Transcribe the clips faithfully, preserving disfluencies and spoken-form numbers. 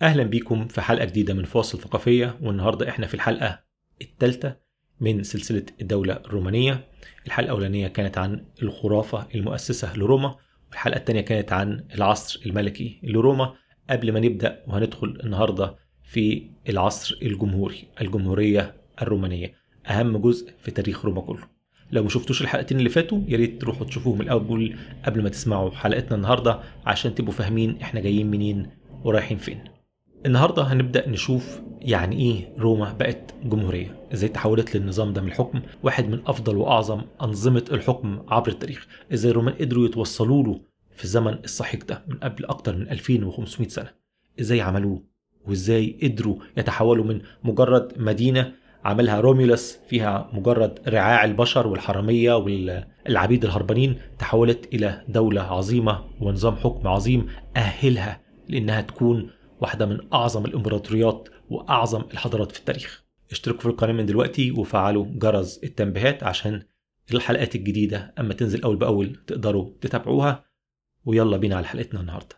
أهلا بيكم في حلقة جديدة من فواصل ثقافية، والنهاردة إحنا في الحلقة الثالثة من سلسلة الدولة الرومانية. الحلقة الأولانية كانت عن الخرافة المؤسسة لروما، والحلقة الثانية كانت عن العصر الملكي لروما. قبل ما نبدأ وهندخل النهاردة في العصر الجمهوري، الجمهورية الرومانية، أهم جزء في تاريخ روما كله. لو ما شفتوش الحلقتين اللي فاتوا يا ريت تروحوا تشوفوهم الأول قبل ما تسمعوا حلقتنا النهاردة، عشان تبقوا فاهمين إحنا جايين منين ورايحين فين. النهاردة هنبدأ نشوف يعني إيه روما بقت جمهورية، إزاي تحولت للنظام ده من الحكم، واحد من أفضل وأعظم أنظمة الحكم عبر التاريخ. إزاي الرومان قدروا يتوصلوا له في الزمن السحيق ده من قبل أكتر من ألفين وخمسمائة سنة. إزاي عملوه، وإزاي قدروا يتحولوا من مجرد مدينة عملها روميولس فيها مجرد رعاع البشر والحرامية والعبيد الهربانين، تحولت إلى دولة عظيمة ونظام حكم عظيم أهلها لأنها تكون واحدة من أعظم الإمبراطوريات وأعظم الحضارات في التاريخ. اشتركوا في القناة من دلوقتي وفعلوا جرس التنبيهات عشان الحلقات الجديدة أما تنزل أول بأول تقدروا تتابعوها. ويلا بينا على حلقتنا النهاردة.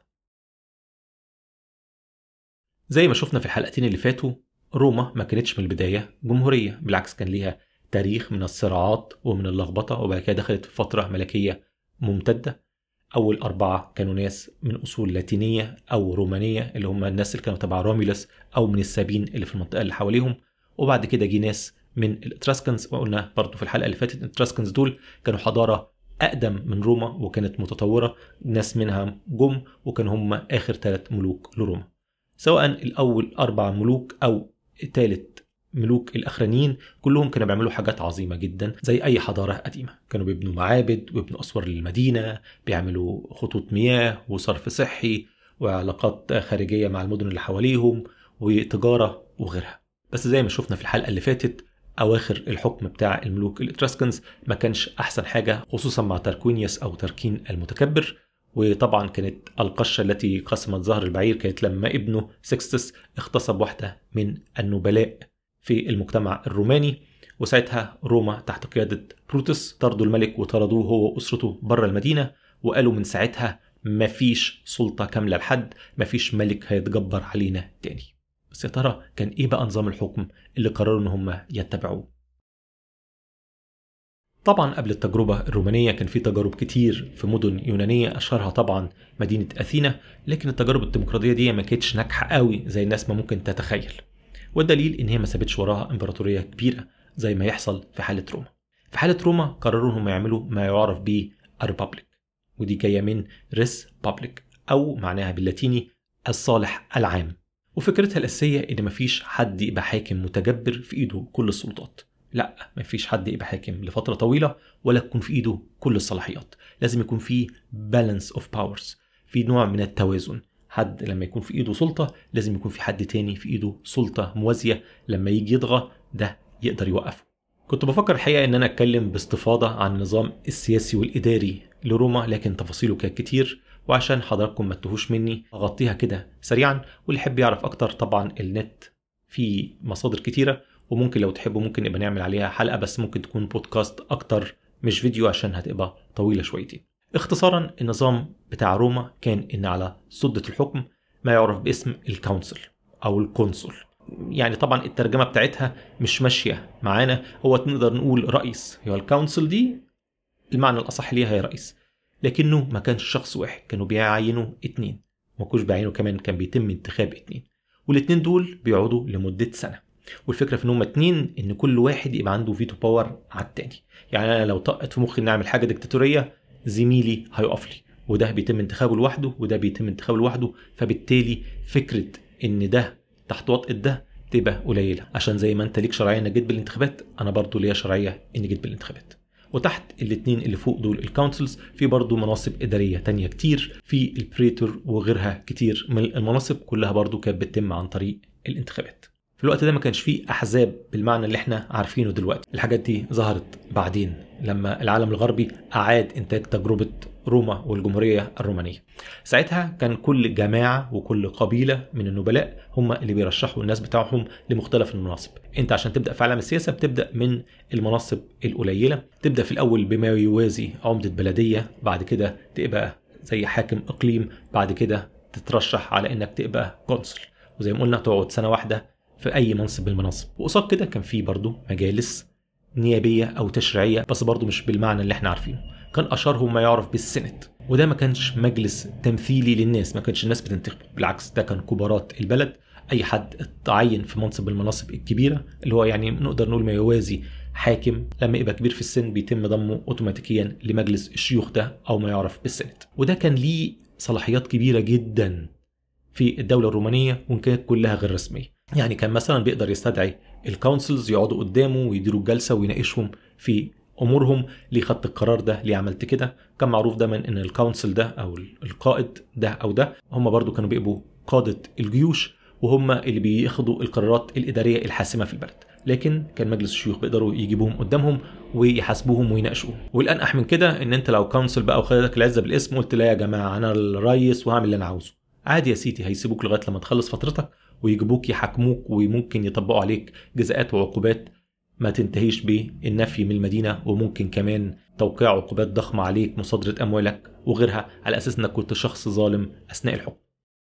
زي ما شفنا في الحلقتين اللي فاتوا، روما ما كانتش من البداية جمهورية، بالعكس كان ليها تاريخ من الصراعات ومن اللخبطة، وبعد كده دخلت في فترة ملكية ممتدة. أول أربعة كانوا ناس من أصول لاتينية أو رومانية، اللي هم الناس اللي كانوا تبع روميلس أو من السابين اللي في المنطقة اللي حواليهم. وبعد كده جي ناس من الاتراسكنز، وقلنا برضو في الحلقة اللي فاتت الاتراسكنز دول كانوا حضارة أقدم من روما وكانت متطورة. ناس منها جم وكانوا هم آخر ثلاث ملوك لروما، سواء الأول أربع ملوك أو ثالث ملوك الأخرانيين. كلهم كانوا بيعملوا حاجات عظيمة جدا زي أي حضارة قديمة. كانوا بيبنوا معابد ويبنوا أسوار للمدينة، بيعملوا خطوط مياه وصرف صحي وعلاقات خارجية مع المدن اللي حواليهم وتجارة وغيرها. بس زي ما شفنا في الحلقة اللي فاتت، أواخر الحكم بتاع الملوك الإتراسكنز ما كانش أحسن حاجة، خصوصا مع تركوينيوس أو تركين المتكبر. وطبعا كانت القشة التي قسمت ظهر البعير كانت لما ابنه سكستس اغتصب واحدة من النبلاء في المجتمع الروماني. وساعتها روما تحت قيادة بروتس طردوا الملك وطردوه هو وأسرته بره المدينة، وقالوا من ساعتها مفيش سلطة كاملة لحد، مفيش ملك هيتجبر علينا تاني. بس يا ترى كان ايه بقى نظام الحكم اللي قرروا ان هم يتبعوه؟ طبعا قبل التجربة الرومانية كان في تجارب كتير في مدن يونانية، أشهرها طبعا مدينة أثينا، لكن التجارب الديمقراطية دي ما كانتش ناجحة قوي زي الناس ما ممكن تتخيل. والدليل إن هي ما سابتش وراها إمبراطورية كبيرة زي ما يحصل في حالة روما. في حالة روما قرروا إنهم يعملوا ما يعرف به الريبابليك، ودي جاية من ريس بابليك أو معناها باللاتيني الصالح العام. وفكرتها الأساسية إن مفيش حد يبقى حاكم متجبر في إيده كل السلطات. لا، مفيش حد يبقى حاكم لفترة طويلة ولا تكون في إيده كل الصلاحيات. لازم يكون في balance of powers، في نوع من التوازن. حد لما يكون في إيده سلطة لازم يكون في حد تاني في إيده سلطة موازية، لما يجي يضغى ده يقدر يوقفه. كنت بفكر الحقيقة إن أنا أتكلم باستفاضة عن النظام السياسي والإداري لروما، لكن تفاصيله كانت كتير، وعشان حضراتكم ما تتوهوش مني أغطيها كده سريعا. واللي يحب يعرف أكتر طبعا النت في مصادر كتيرة، وممكن لو تحبوا ممكن نبقى نعمل عليها حلقة، بس ممكن تكون بودكاست أكتر مش فيديو عشان هتبقى طويلة شويتين. اختصارا، النظام بتاع روما كان إن على سدة الحكم ما يعرف باسم الكونسل أو الكونسل. يعني طبعا الترجمة بتاعتها مش ماشية معانا، هو نقدر نقول رئيس. هو الكونسل دي المعنى الأصح ليها هي رئيس، لكنه ما كانش شخص واحد، كانوا بيعينوا اتنين. ما كانوش بيعينوا كمان، كان بيتم انتخاب اتنين، والاتنين دول بيقعدوا لمدة سنة. والفكرة في انهم اتنين ان كل واحد يبقى عنده فيتو باور على التاني. يعني انا لو طقت في مخي نعمل حاجة ديكتاتورية، زميلي هيقف لي، وده بيتم انتخابه لوحده وده بيتم انتخابه لوحده. فبالتالي فكرة ان ده تحت وطئة ده تبقى قليلة، عشان زي ما انت ليك شرعية انك جيت بالانتخابات، انا برضو ليا شرعية اني جيت بالانتخابات. وتحت الاتنين اللي فوق دول الكونسلز في برضو مناصب إدارية تانية كتير، في البريتور وغيرها كتير من المناصب، كلها برضو كانت بتتم عن طريق الانتخابات. في الوقت ده ما كانش فيه أحزاب بالمعنى اللي احنا عارفينه دلوقتي. الحاجات دي ظهرت بعدين لما العالم الغربي أعاد إنتاج تجربة روما والجمهورية الرومانية. ساعتها كان كل جماعة وكل قبيلة من النبلاء هم اللي بيرشحوا الناس بتاعهم لمختلف المناصب. انت عشان تبدأ في عالم السياسة بتبدأ من المناصب القليلة، تبدأ في الأول بما يوازي عمدة بلدية، بعد كده تبقى زي حاكم إقليم، بعد كده تترشح على إنك تبقى كونسل، وزي ما قلنا تقعد سنة واحدة في أي منصب من المناصب. وقصاد كده كان في برضو مجالس نيابية أو تشريعية، بس برضو مش بالمعنى اللي احنا عارفينه. كان أشهرهم ما يعرف بالسنت، وده ما كانش مجلس تمثيلي للناس، ما كانش الناس بتنتخبه، بالعكس ده كان كبارات البلد. أي حد اتعين في منصب من المناصب الكبيرة اللي هو يعني نقدر نقول ما يوازي حاكم، لما يبقى كبير في السن بيتم ضمه اوتوماتيكيا لمجلس الشيوخ ده او ما يعرف بالسنت. وده كان ليه صلاحيات كبيرة جدا في الدولة الرومانية، وان كانت كلها غير رسمية. يعني كان مثلا بيقدر يستدعي الكونسلز يقعدوا قدامه ويديروا الجلسة ويناقشهم في امورهم. ليه خدت القرار ده؟ ليه عملت كده؟ كان معروف دايما ان الكونسل ده او القائد ده او ده هم برضو كانوا بيبقوا قادة الجيوش، وهم اللي بياخدوا القرارات الإدارية الحاسمة في البلد. لكن كان مجلس الشيوخ بيقدروا يجيبوهم قدامهم ويحاسبوهم ويناقشوهم. والأنقح من كده ان انت لو كونسل بقى وخدك العزة بالاسم قلت لا يا جماعة انا الرئيس وهعمل اللي انا عاوزه، عادي يا سيدي، هيسيبوك لغاية لما تخلص فترتك ويجيبوك يحاكموك، وممكن يطبقوا عليك جزاءات وعقوبات ما تنتهيش بالنفي من المدينة، وممكن كمان توقيع عقوبات ضخمة عليك، مصادرة أموالك وغيرها، على أساس أنك كنت شخص ظالم أثناء الحكم.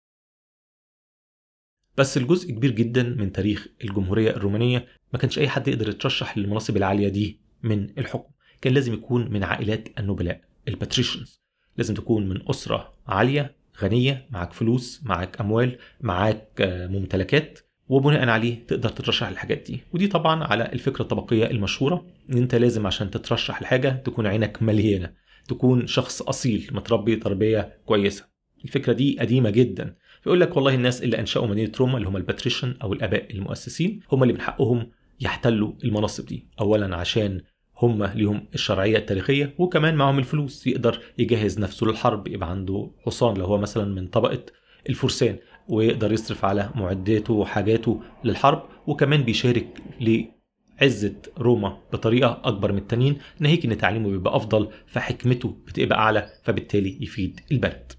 بس الجزء كبير جدا من تاريخ الجمهورية الرومانية ما كانش أي حد يقدر يترشح للمناصب العالية دي من الحكم. كان لازم يكون من عائلات النبلاء، الباتريشنز. لازم تكون من أسرة عالية غنية، معك فلوس، معك أموال، معك ممتلكات، وبناء عليه تقدر تترشح الحاجات دي. ودي طبعا على الفكرة الطبقية المشهورة ان انت لازم عشان تترشح لحاجة تكون عينك مليانة، تكون شخص أصيل متربي تربية كويسة. الفكرة دي قديمة جدا. فيقول لك والله الناس اللي أنشأوا مدينة روما اللي هم الباتريشن أو الآباء المؤسسين هم اللي من حقهم يحتلوا المناصب دي، أولا عشان هم ليهم الشرعية التاريخية، وكمان معهم الفلوس، يقدر يجهز نفسه للحرب، يبقى عنده حصان لو هو مثلا من طبقة الفرسان، ويقدر يصرف على معداته وحاجاته للحرب، وكمان بيشارك لعزة روما بطريقة أكبر من التانيين، ناهيك إن تعليمه بيبقى أفضل، فحكمته بتبقى أعلى، فبالتالي يفيد البلد.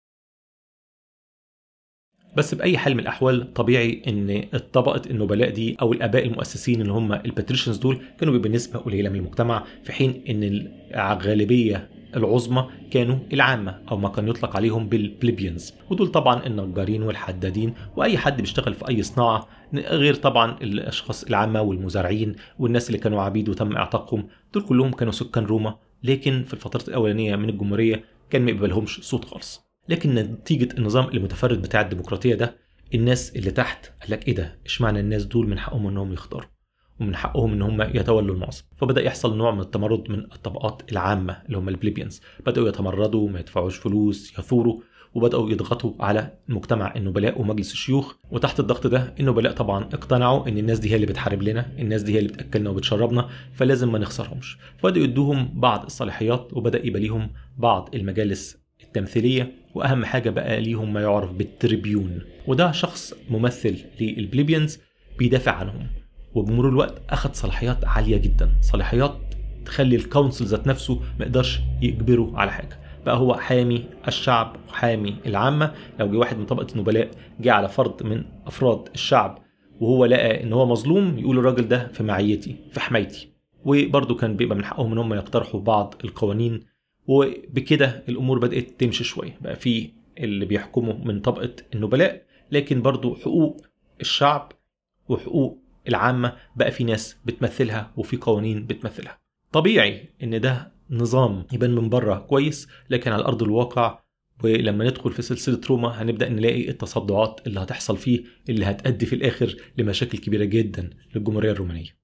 بس بأي حال من الأحوال طبيعي إن الطبقة النبلاء دي أو الآباء المؤسسين اللي هم الباتريشنز دول كانوا بنسبة قليلة من المجتمع، في حين إن الغالبية العظمى كانوا العامة أو ما كان يطلق عليهم بالبليبيانز، ودول طبعا النجارين والحدادين وأي حد بيشتغل في أي صناعة، غير طبعا الأشخاص العامة والمزارعين والناس اللي كانوا عبيد وتم اعتاقهم. دول كلهم كانوا سكان روما، لكن في الفترات الأولانية من الجمهورية كان ما يقبلهمش صوت خالص. لكن نتيجة النظام المتفرد بتاع الديمقراطية ده، الناس اللي تحت قال لك ايه ده، اشمعنى الناس دول من حقهم انهم يختاروا ومن حقهم ان هم يتولوا المناصب؟ فبدأ يحصل نوع من التمرد من الطبقات العامة اللي هم البليبيانز، بدأوا يتمردوا، ما يدفعوش فلوس، يثوروا، وبدأوا يضغطوا على مجتمع النبلاء ومجلس الشيوخ. وتحت الضغط ده النبلاء طبعا اقتنعوا ان الناس دي هي اللي بتحارب لنا، الناس دي هي اللي بتأكلنا وبتشربنا، فلازم ما نخسرهمش. فبدأوا يدوهم بعض الصلاحيات، وبدأ يبقى ليهم بعض المجالس التمثيلية، وأهم حاجة بقى ليهم ما يعرف بالتريبيون، وده شخص ممثل للبليبيانز بيدافع عنهم. وبمرور الوقت أخذ صلاحيات عالية جدا، صلاحيات تخلي الكونسل ذات نفسه ما يقدرش يجبره على حاجة، بقى هو حامي الشعب وحامي العامة. لو جه واحد من طبقة النبلاء جه على فرد من أفراد الشعب وهو لقى إن هو مظلوم، يقول الراجل ده في معيتي، في حمايتي. وبرضه كان بيبقى من حقهم إن هم يقترحوا بعض القوانين، وبكده الأمور بدأت تمشي شوية، بقى في اللي بيحكموا من طبقة النبلاء، لكن برضو حقوق الشعب وحقوق العامة بقى في ناس بتمثلها وفي قوانين بتمثلها. طبيعي إن ده نظام يبان من بره كويس، لكن على أرض الواقع ولما ندخل في سلسلة روما هنبدأ نلاقي التصدعات اللي هتحصل فيه، اللي هتأدي في الآخر لمشاكل كبيرة جدا للجمهورية الرومانية.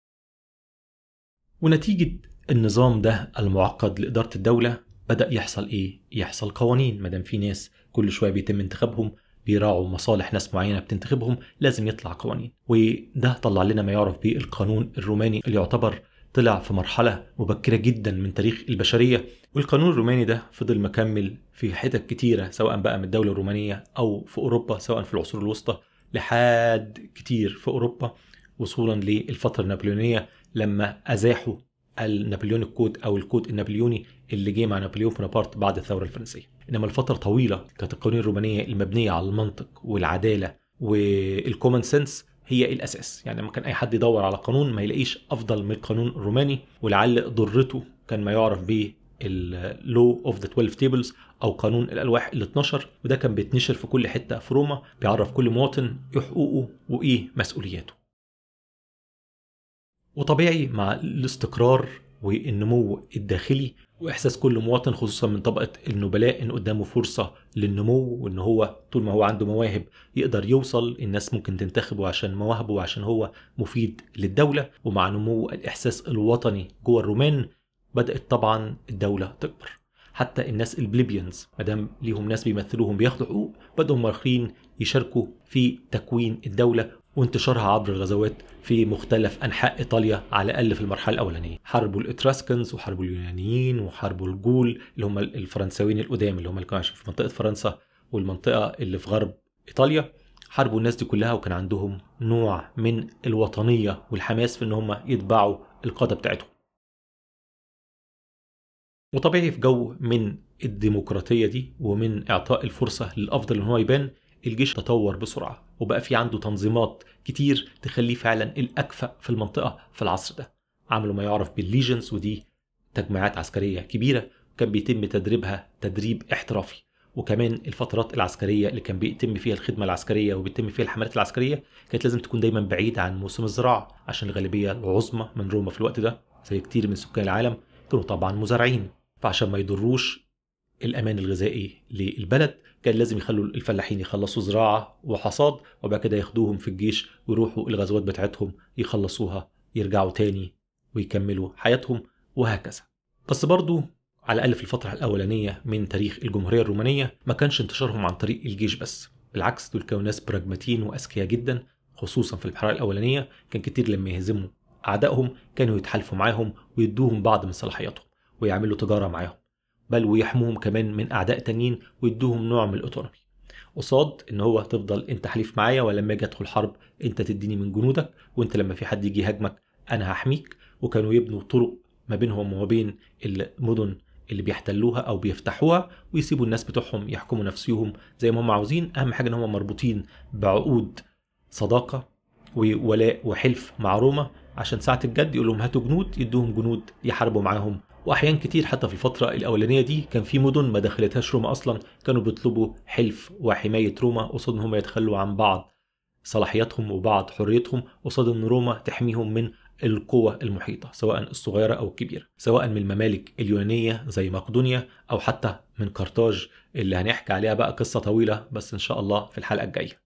ونتيجة النظام ده المعقد لإدارة الدولة بدأ يحصل إيه؟ يحصل قوانين. مدام في ناس كل شوية بيتم انتخابهم، بيراعوا مصالح ناس معينة بتنتخبهم، لازم يطلع قوانين. وده طلع لنا ما يعرف بالقانون الروماني، اللي يعتبر طلع في مرحلة مبكرة جدا من تاريخ البشرية. والقانون الروماني ده فضل مكمل في حتت كتيرة، سواء بقى من الدولة الرومانية أو في أوروبا، سواء في العصور الوسطى لحد كتير في أوروبا، وصولا للفترة النابليونية لما أزاحوا النابليون الكود أو الكود النابليوني اللي جه مع نابليون بونابرت بعد الثورة الفرنسية. إنما الفترة طويلة كانت القوانين الرومانية المبنية على المنطق والعدالة والكومن سنس هي الأساس. يعني لما كان أي حد يدور على قانون ما يلاقيش أفضل من القانون الروماني، ولعل ضرته كان ما يعرف به اللو اوف ذا اثنا عشر تيبلز او قانون الالواح ال اتناشر، وده كان بيتنشر في كل حته في روما، بيعرف كل مواطن ايه حقوقه وايه مسؤولياته. وطبيعي مع الاستقرار والنمو الداخلي واحساس كل مواطن خصوصا من طبقه النبلاء ان قدامه فرصه للنمو، وان هو طول ما هو عنده مواهب يقدر يوصل، الناس ممكن تنتخبه عشان مواهبه وعشان هو مفيد للدوله. ومع نمو الاحساس الوطني جوه الرومان بدات طبعا الدوله تكبر. حتى الناس البليبيانز مادام ليهم ناس بيمثلوهم بياخدوا حقوق، بدأوا المؤرخين يشاركوا في تكوين الدولة وانتشارها عبر الغزوات في مختلف أنحاء إيطاليا، على الأقل في المرحلة الأولانية. حاربوا الإتراسكنز وحاربوا اليونانيين وحاربوا الجول اللي هم الفرنساويين القدام اللي هم اللي كانوا عايشين في منطقة فرنسا والمنطقة اللي في غرب إيطاليا. حاربوا الناس دي كلها وكان عندهم نوع من الوطنية والحماس في إن هم يتبعوا القادة بتاعتهم. وطبيعي في جو من الديمقراطية دي ومن إعطاء الفرصة للأفضل إن هو يبان، الجيش تطور بسرعة وبقى في عنده تنظيمات كتير تخليه فعلا الأكفأ في المنطقة في العصر ده. عملوا ما يعرف بالليجنز، ودي تجمعات عسكرية كبيرة كان بيتم تدريبها تدريب احترافي. وكمان الفترات العسكرية اللي كان بيتم فيها الخدمة العسكرية وبيتم فيها الحملات العسكرية كانت لازم تكون دايما بعيدة عن موسم الزراعة، عشان الغالبية العظمى من روما في الوقت ده زي كتير من سكان العالم كانوا طبعا مزارعين، فعشان ما يضروش الأمان الغذائي للبلد كان لازم يخلوا الفلاحين يخلصوا زراعة وحصاد، وبعد كده ياخدوهم في الجيش ويروحوا الغزوات بتاعتهم يخلصوها يرجعوا تاني ويكملوا حياتهم وهكذا. بس برضو على الأقل في الفترة الأولانية من تاريخ الجمهورية الرومانية ما كانش انتشارهم عن طريق الجيش بس، بالعكس دول كانوا ناس براجماتيين وأذكياء جدا. خصوصا في الحرب الأولانية كان كتير لما يهزموا أعدائهم كانوا يتحالفوا معاهم ويدوهم بعض من صلاحياتهم ويعملوا تجارة معاهم، بل ويحموهم كمان من أعداء تانيين ويدوهم نوع من الأوتونومي، قصاد إن هو تفضل أنت حليف معايا ولما أجي أدخل حرب أنت تديني من جنودك، وأنت لما في حد يجي يهاجمك أنا هحميك. وكانوا يبنوا طرق ما بينهم وما بين المدن اللي بيحتلوها أو بيفتحوها ويسيبوا الناس بتوعهم يحكموا نفسيهم زي ما هم عاوزين. أهم حاجة إن هم مربوطين بعقود صداقة وولاء وحلف مع روما، عشان ساعة الجد يقول لهم هاتوا جنود، يدوهم جنود يحاربوا معاهم. واحيان كتير حتى في الفتره الاولانيه دي كان في مدن ما دخلتهاش روما اصلا كانوا بيطلبوا حلف وحمايه روما قصاد ان هم يتخلوا عن بعض صلاحياتهم وبعض حريتهم قصاد ان روما تحميهم من القوة المحيطة سواء الصغيرة او الكبيرة، سواء من الممالك اليونانية زي مقدونيا او حتى من قرطاج اللي هنحكي عليها بقى قصة طويلة بس ان شاء الله في الحلقة الجاية.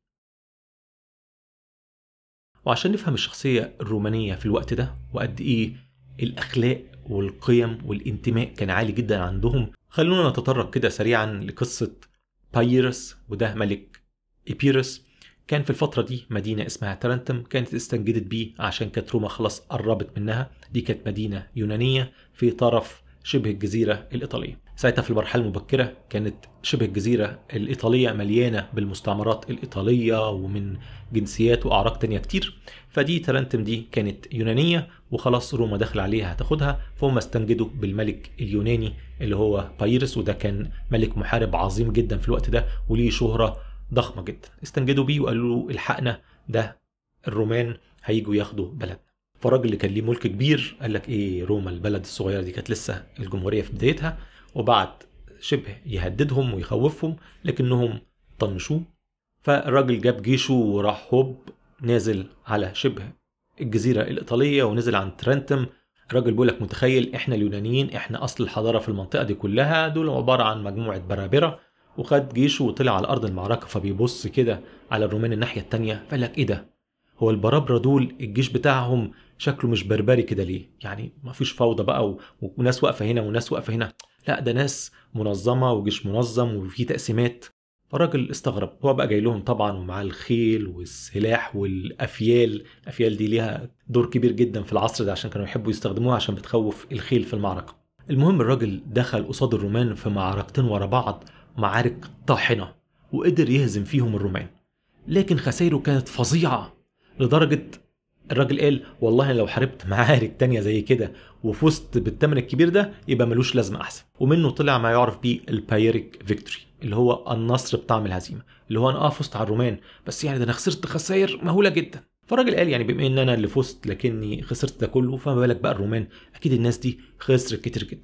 وعشان نفهم الشخصية الرومانية في الوقت ده وقد ايه الاخلاق والقيم والانتماء كان عالي جدا عندهم، خلونا نتطرق كده سريعا لقصة بايرس، وده ملك إيبيرس. كان في الفترة دي مدينة اسمها ترنتم كانت استنجدت بيه عشان كانت روما خلاص قربت منها. دي كانت مدينة يونانية في طرف شبه الجزيرة الإيطالية. ساعتها في المرحلة المبكرة كانت شبه الجزيرة الإيطالية مليانة بالمستعمرات الإيطالية ومن جنسيات وأعراق تانية كتير، فدي ترنتم دي كانت يونانية وخلاص روما دخل عليها هتاخدها، فهم استنجدوا بالملك اليوناني اللي هو بايرس، وده كان ملك محارب عظيم جدا في الوقت ده وليه شهرة ضخمة جدا. استنجدوا بيه وقالوا له الحقنا ده الرومان هيجوا ياخدوا بلدنا. فالراجل اللي كان ليه ملك كبير قال لك ايه، روما البلد الصغيرة دي كانت لسه الجمهورية في بدايتها، وبعد شبه يهددهم ويخوفهم لكنهم طنشوه. فالراجل جاب جيشه وراح هوب نازل على شبه الجزيرة الإيطالية ونزل عن ترنتم. الراجل بيقولك متخيل احنا اليونانيين احنا اصل الحضارة في المنطقة دي كلها، دول عبارة عن مجموعة برابرة، وخد جيشه وطلع على أرض المعركة. فبيبص كده على الرومان الناحية التانية فقال لك ايه ده، هو البرابرة دول الجيش بتاعهم شكله مش بربري كده ليه؟ يعني ما فيش فوضى بقى و... وناس واقفة هنا وناس واقفة هنا، لا ده ناس منظمة وجيش منظم وفي تقسيمات. فالراجل استغرب، هو بقى جاي لهم طبعا ومعاه الخيل والسلاح والأفيال. الأفيال دي ليها دور كبير جدا في العصر ده عشان كانوا يحبوا يستخدموها عشان بتخوف الخيل في المعركة. المهم الراجل دخل قصاد الرومان في معركتين ورا بعض، معارك طاحنة، وقدر يهزم فيهم الرومان، لكن خسائره كانت فظيعة لدرجة الراجل قال والله لو حاربت معارك تانية زي كده وفزت بالثمن الكبير ده يبقى ملوش لازمة أحسن. ومنه طلع ما يعرف بيه البايريك فيكتوري اللي هو النصر بطعم الهزيمة، اللي هو أنا آه فزت على الرومان بس يعني ده أنا خسرت خسائر مهولة جدا. فالراجل قال يعني بما إن أنا اللي فزت لكني خسرت ده كله، فما بالك بقى الرومان، أكيد الناس دي خسرت كتير جدا.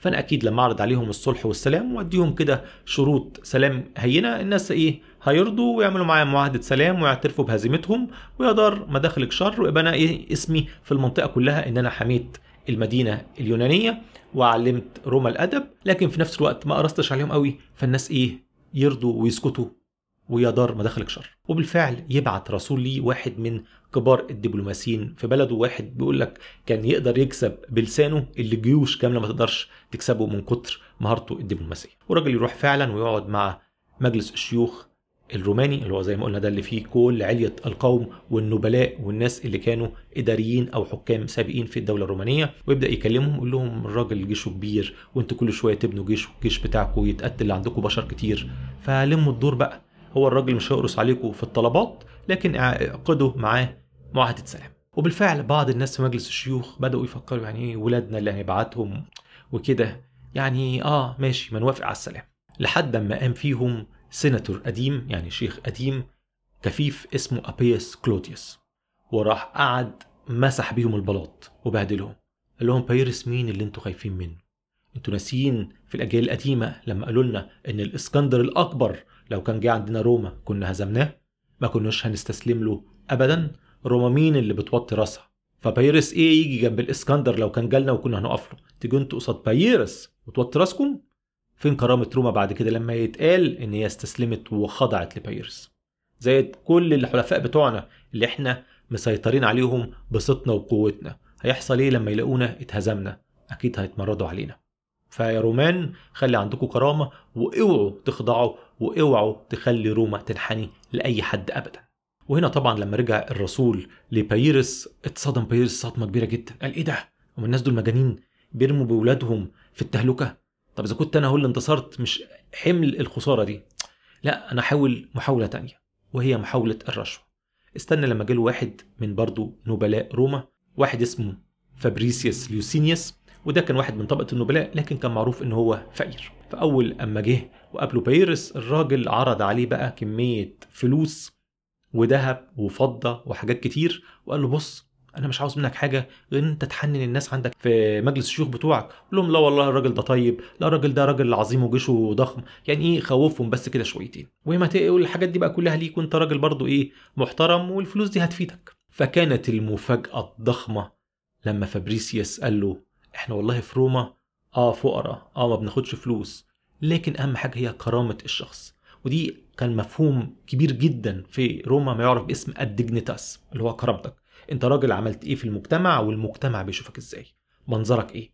فانا اكيد لما اعرض عليهم الصلح والسلام واديهم كده شروط سلام هينه، الناس ايه هيرضوا ويعملوا معايا معاهده سلام ويعترفوا بهزيمتهم، ويا دار مداخلك شر، ويبقى انا ايه اسمي في المنطقه كلها ان انا حميت المدينه اليونانيه وعلمت روما الادب، لكن في نفس الوقت ما قرصتش عليهم قوي، فالناس ايه يرضوا ويسكتوا، ويا دار مداخلك شر. وبالفعل يبعت رسول لي واحد من كبار الدبلوماسيين في بلده، واحد بيقول لك كان يقدر يكسب بلسانه اللي جيوش كامله ما تقدرش تكسبه من كتر مهارته الدبلوماسيه. والراجل يروح فعلا ويقعد مع مجلس الشيوخ الروماني اللي هو زي ما قلنا ده اللي فيه كل علية القوم والنبلاء والناس اللي كانوا إداريين أو حكام سابقين في الدولة الرومانية، ويبدأ يكلمهم يقول لهم الراجل جيشه كبير وانتوا كل شوية تبنوا جيش والجيش بتاعكم يتقتل، عندكم بشر كتير، فلموا الدور بقى. هو الراجل مش هيقرص عليكم في الطلبات، لكن اعقدوا معاه معاهدة سلام. وبالفعل بعض الناس في مجلس الشيوخ بدأوا يفكروا يعني ايه ولادنا اللي هنبعتهم وكده، يعني اه ماشي ما نوافق على السلام. لحد ما قام فيهم سيناتور قديم يعني شيخ قديم كفيف اسمه أبيس كلوديوس، وراح قعد مسح بيهم البلاط وبهدلهم، قال لهم بايرس مين اللي انتوا خايفين منه؟ انتوا ناسيين في الأجيال القديمة لما قالوا لنا ان الإسكندر الأكبر لو كان جه عندنا روما كنا هزمناه، ما كناش هنستسلم له أبدا. روما مين اللي بتوطي راسها؟ فبايرس ايه يجي جنب الإسكندر لو كان جالنا وكنا هنقف له؟ تيجوا انتوا قصاد بايرس وتوطي راسكم؟ فين كرامة روما بعد كده لما يتقال ان هي استسلمت وخضعت لبايرس؟ زي كل الحلفاء بتوعنا اللي احنا مسيطرين عليهم بصوتنا وقوتنا، هيحصل ايه لما يلاقونا اتهزمنا؟ اكيد هيتمردوا علينا. فيا رومان خلي عندكم كرامة، واوعوا تخضعوا، واوعوا تخلي روما تنحني لأي حد أبدا. وهنا طبعا لما رجع الرسول لبايرس اتصدم بايرس صدمة كبيرة جدا، قال ايه ده؟ هم الناس دول مجانين بيرموا بولادهم في التهلكة؟ طب إذا كنت أنا هو اللي انتصرت مش حمل الخسارة دي، لا أنا حاول محاولة تانية وهي محاولة الرشوة. استنى لما جاله واحد من برضو نبلاء روما، واحد اسمه فابريسيوس ليوسينيوس، وده كان واحد من طبقة النبلاء لكن كان معروف إن هو فقير. فأول أما جه وقابله بايرس الراجل عرض عليه بقى كمية فلوس وذهب وفضة وحاجات كتير، وقال له بص أنا مش عاوز منك حاجة غير أنت تحنن الناس عندك في مجلس الشيوخ بتوعك. قال لهم لا والله الراجل ده طيب، لا الراجل ده راجل عظيم وجيشه ضخم، يعني إيه خوفهم بس كده شويتين، وما تقول الحاجات دي بقى كلها ليك وأنت راجل برضو إيه محترم والفلوس دي هتفيدك. فكانت المفاجأة الضخمة لما فابريسيوس قال له إحنا والله في روما آه فقراء آه ما بناخدش فلوس، لكن أهم حاجة هي كرامة الشخص. ودي كان مفهوم كبير جدا في روما ما يعرف باسم الديجنيتاس اللي هو كرامتك. انت راجل عملت ايه في المجتمع والمجتمع بيشوفك ازاي، منظرك ايه.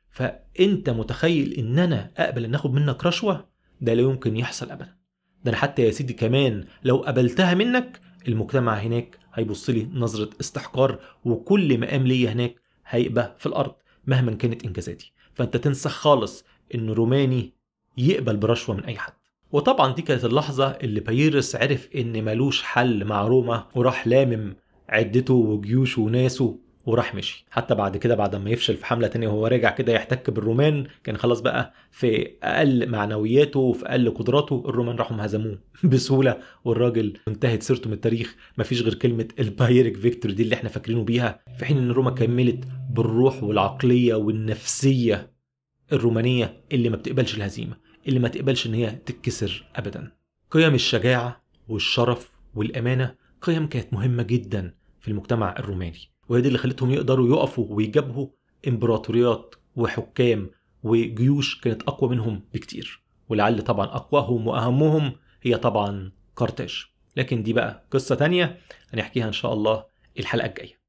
فانت متخيل ان انا اقبل ان اخد منك رشوة؟ ده لا يمكن يحصل ابدا. ده انا حتى يا سيدي كمان لو قبلتها منك المجتمع هناك هيبص لي نظرة استحقار، وكل مقام ليا هناك هيبقى في الارض مهما كانت انجازاتي. فانت تنسى خالص ان روماني يقبل برشوة من اي حد. وطبعا دي كانت اللحظة اللي بايرس عرف ان ملوش حل مع روما، وراح لامم عدته وجيوشه وناسه وراح مشي. حتى بعد كده بعد ما يفشل في حملة تانية وهو راجع كده يحتك بالرومان، كان خلاص بقى في أقل معنوياته وفي أقل قدراته الرومان راحوا مهزموه بسهولة، والراجل انتهت سيرته من التاريخ مفيش غير كلمة البايريك فيكتور دي اللي احنا فاكرينه بيها، في حين ان روما كملت بالروح والعقلية والنفسية الرومانية اللي ما بتقبلش الهزيمة، اللي ما تقبلش ان هي تتكسر ابدا. قيم الشجاعة والشرف والأمانة قيم كانت مهمة جدا في المجتمع الروماني، وهي دي اللي خلتهم يقدروا يقفوا ويجابهوا امبراطوريات وحكام وجيوش كانت أقوى منهم بكتير. ولعل طبعا أقواهم وأهمهم هي طبعا قرطاج، لكن دي بقى قصة تانية هنحكيها إن شاء الله الحلقة الجاية.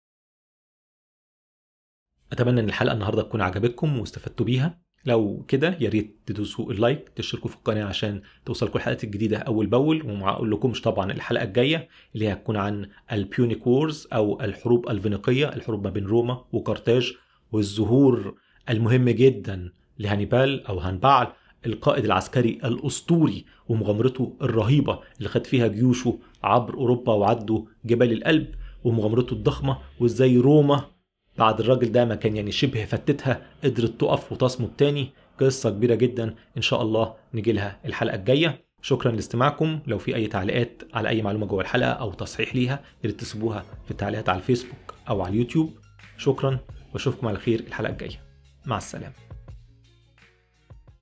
أتمنى أن الحلقة النهاردة تكون عجبتكم واستفدتوا بيها. لو كده يا ريت تدوسوا اللايك، تشتركوا في القناه عشان توصلكم الحلقات الجديده اول باول. وما اقول لكمش طبعا الحلقه الجايه اللي هتكون عن البيونيك وورز او الحروب الفينيقيه، الحروب ما بين روما وقرطاج، والظهور المهم جدا لهانيبال او هانبال القائد العسكري الاسطوري ومغامرته الرهيبه اللي خد فيها جيوشه عبر اوروبا وعدوا جبال الألب، ومغامرته الضخمه وازاي روما بعد الراجل ده ما كان يعني شبه فتتها قدرت تقف وتصمد تاني. قصة كبيرة جدا ان شاء الله نجي لها الحلقة الجاية. شكرا لاستماعكم. لو في اي تعليقات على اي معلومة جوه الحلقة او تصحيح ليها يا ريت تسيبوها في التعليقات على الفيسبوك او على اليوتيوب. شكرا واشوفكم على خير الحلقة الجاية. مع السلامة.